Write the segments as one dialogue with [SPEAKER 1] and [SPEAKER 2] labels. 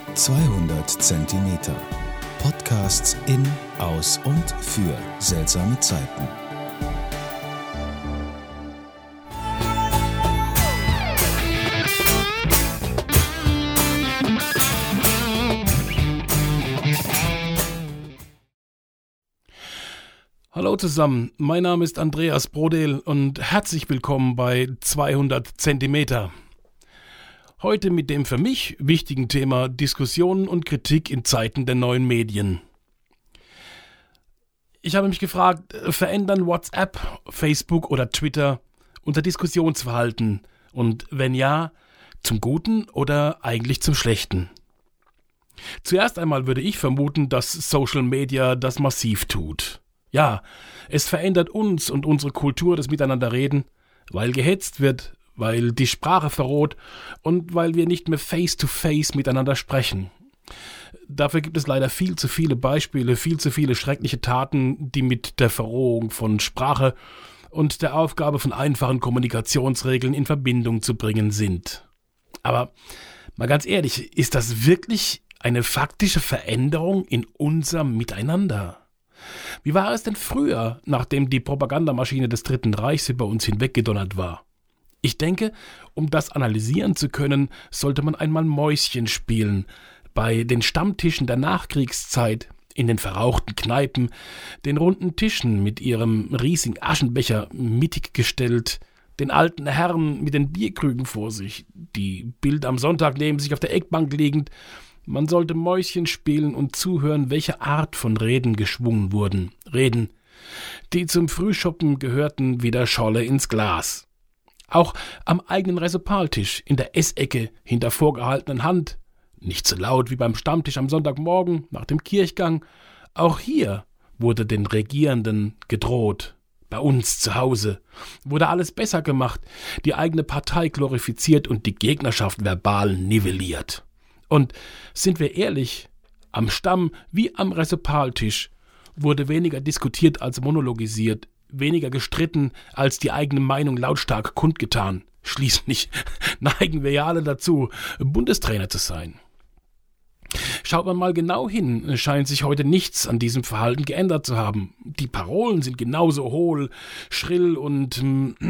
[SPEAKER 1] 200 Zentimeter. Podcasts in, aus und für seltsame Zeiten.
[SPEAKER 2] Hallo zusammen, mein Name ist Andreas Brodel und herzlich willkommen bei 200 Zentimeter. Heute mit dem für mich wichtigen Thema Diskussionen und Kritik in Zeiten der neuen Medien. Ich habe mich gefragt, verändern WhatsApp, Facebook oder Twitter unser Diskussionsverhalten? Und wenn ja, zum Guten oder eigentlich zum Schlechten? Zuerst einmal würde ich vermuten, dass Social Media das massiv tut. Ja, es verändert uns und unsere Kultur des Miteinanderreden, weil gehetzt wird, weil die Sprache verroht und weil wir nicht mehr face-to-face miteinander sprechen. Dafür gibt es leider viel zu viele Beispiele, viel zu viele schreckliche Taten, die mit der Verrohung von Sprache und der Aufgabe von einfachen Kommunikationsregeln in Verbindung zu bringen sind. Aber mal ganz ehrlich, ist das wirklich eine faktische Veränderung in unserem Miteinander? Wie war es denn früher, nachdem die Propagandamaschine des Dritten Reichs über uns hinweggedonnert war? Ich denke, um das analysieren zu können, sollte man einmal Mäuschen spielen. Bei den Stammtischen der Nachkriegszeit, in den verrauchten Kneipen, den runden Tischen mit ihrem riesigen Aschenbecher mittig gestellt, den alten Herren mit den Bierkrügen vor sich, die Bild am Sonntag neben sich auf der Eckbank liegend. Man sollte Mäuschen spielen und zuhören, welche Art von Reden geschwungen wurden. Reden, die zum Frühschoppen gehörten wie der Scholle ins Glas. Auch am eigenen Resoppaltisch, in der Essecke, hinter vorgehaltenen Hand. Nicht so laut wie beim Stammtisch am Sonntagmorgen, nach dem Kirchgang. Auch hier wurde den Regierenden gedroht. Bei uns zu Hause wurde alles besser gemacht, die eigene Partei glorifiziert und die Gegnerschaft verbal nivelliert. Und sind wir ehrlich, am Stamm wie am Resoppaltisch wurde weniger diskutiert als monologisiert, weniger gestritten als die eigene Meinung lautstark kundgetan. Schließlich neigen wir ja alle dazu, Bundestrainer zu sein. Schaut man mal genau hin, scheint sich heute nichts an diesem Verhalten geändert zu haben. Die Parolen sind genauso hohl, schrill und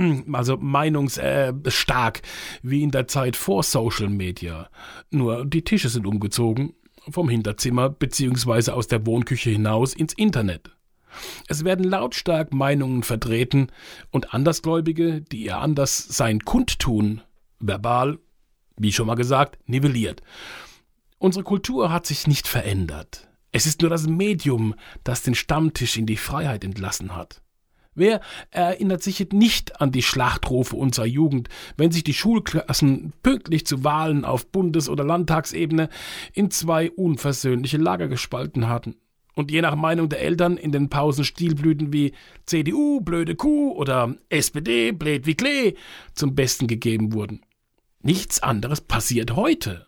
[SPEAKER 2] meinungsstark wie in der Zeit vor Social Media. Nur die Tische sind umgezogen, vom Hinterzimmer bzw. aus der Wohnküche hinaus ins Internet. Es werden lautstark Meinungen vertreten und Andersgläubige, die ihr Anderssein kundtun, verbal, wie schon mal gesagt, nivelliert. Unsere Kultur hat sich nicht verändert. Es ist nur das Medium, das den Stammtisch in die Freiheit entlassen hat. Wer erinnert sich nicht an die Schlachtrufe unserer Jugend, wenn sich die Schulklassen pünktlich zu Wahlen auf Bundes- oder Landtagsebene in zwei unversöhnliche Lager gespalten hatten und je nach Meinung der Eltern in den Pausen Stilblüten wie CDU, blöde Kuh oder SPD, blöd wie Klee zum Besten gegeben wurden? Nichts anderes passiert heute.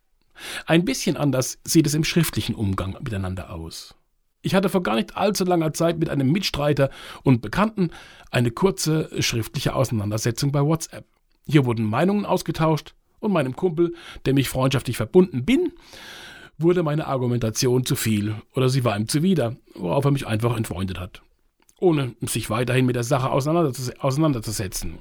[SPEAKER 2] Ein bisschen anders sieht es im schriftlichen Umgang miteinander aus. Ich hatte vor gar nicht allzu langer Zeit mit einem Mitstreiter und Bekannten eine kurze schriftliche Auseinandersetzung bei WhatsApp. Hier wurden Meinungen ausgetauscht und meinem Kumpel, dem ich freundschaftlich verbunden bin, wurde meine Argumentation zu viel oder sie war ihm zuwider, worauf er mich einfach entfreundet hat, ohne sich weiterhin mit der Sache auseinanderzusetzen.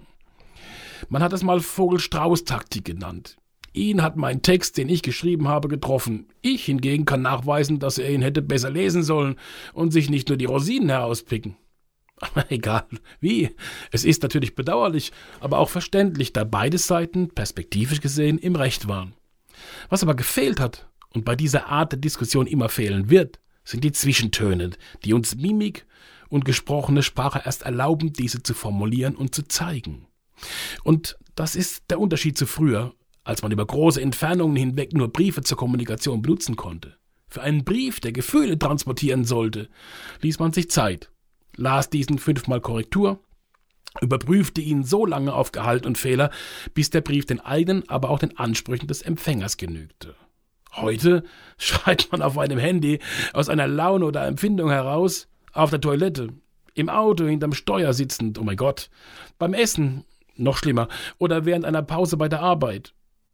[SPEAKER 2] Man hat es mal Vogel-Strauß-Taktik genannt. Ihn hat mein Text, den ich geschrieben habe, getroffen. Ich hingegen kann nachweisen, dass er ihn hätte besser lesen sollen und sich nicht nur die Rosinen herauspicken. Aber egal wie, es ist natürlich bedauerlich, aber auch verständlich, da beide Seiten, perspektivisch gesehen, im Recht waren. Was aber gefehlt hat und bei dieser Art der Diskussion immer fehlen wird, sind die Zwischentöne, die uns Mimik und gesprochene Sprache erst erlauben, diese zu formulieren und zu zeigen. Und das ist der Unterschied zu früher, als man über große Entfernungen hinweg nur Briefe zur Kommunikation benutzen konnte. Für einen Brief, der Gefühle transportieren sollte, ließ man sich Zeit, las diesen 5-mal Korrektur, überprüfte ihn so lange auf Gehalt und Fehler, bis der Brief den eigenen, aber auch den Ansprüchen des Empfängers genügte. Heute schreibt man auf einem Handy aus einer Laune oder Empfindung heraus, auf der Toilette, im Auto, hinterm Steuer sitzend, oh mein Gott, beim Essen, noch schlimmer, oder während einer Pause bei der Arbeit.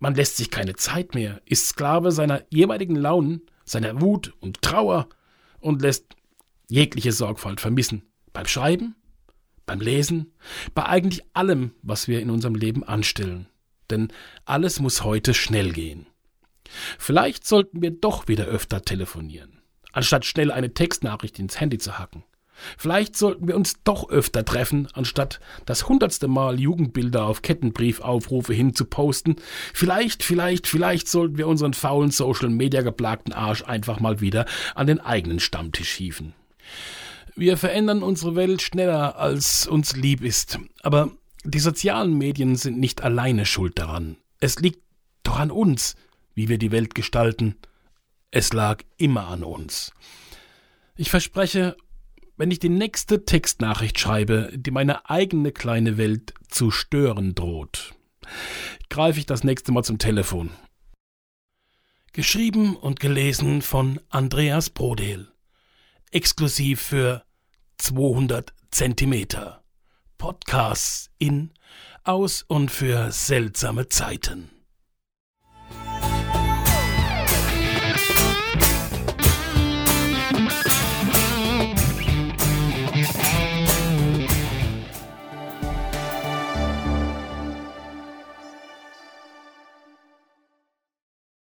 [SPEAKER 2] Man lässt sich keine Zeit mehr, ist Sklave seiner jeweiligen Launen, seiner Wut und Trauer und lässt jegliche Sorgfalt vermissen. Beim Schreiben, beim Lesen, bei eigentlich allem, was wir in unserem Leben anstellen. Denn alles muss heute schnell gehen. Vielleicht sollten wir doch wieder öfter telefonieren, anstatt schnell eine Textnachricht ins Handy zu hacken. Vielleicht sollten wir uns doch öfter treffen, anstatt das 100. Mal Jugendbilder auf Kettenbriefaufrufe hin zu posten. Vielleicht sollten wir unseren faulen Social-Media-geplagten Arsch einfach mal wieder an den eigenen Stammtisch hieven. Wir verändern unsere Welt schneller, als uns lieb ist. Aber die sozialen Medien sind nicht alleine schuld daran. Es liegt doch an uns, wie wir die Welt gestalten. Es lag immer an uns. Ich verspreche, wenn ich die nächste Textnachricht schreibe, die meine eigene kleine Welt zu stören droht, greife ich das nächste Mal zum Telefon. Geschrieben und gelesen von Andreas Brodel. Exklusiv für 200 Zentimeter. Podcasts in, aus und für seltsame Zeiten.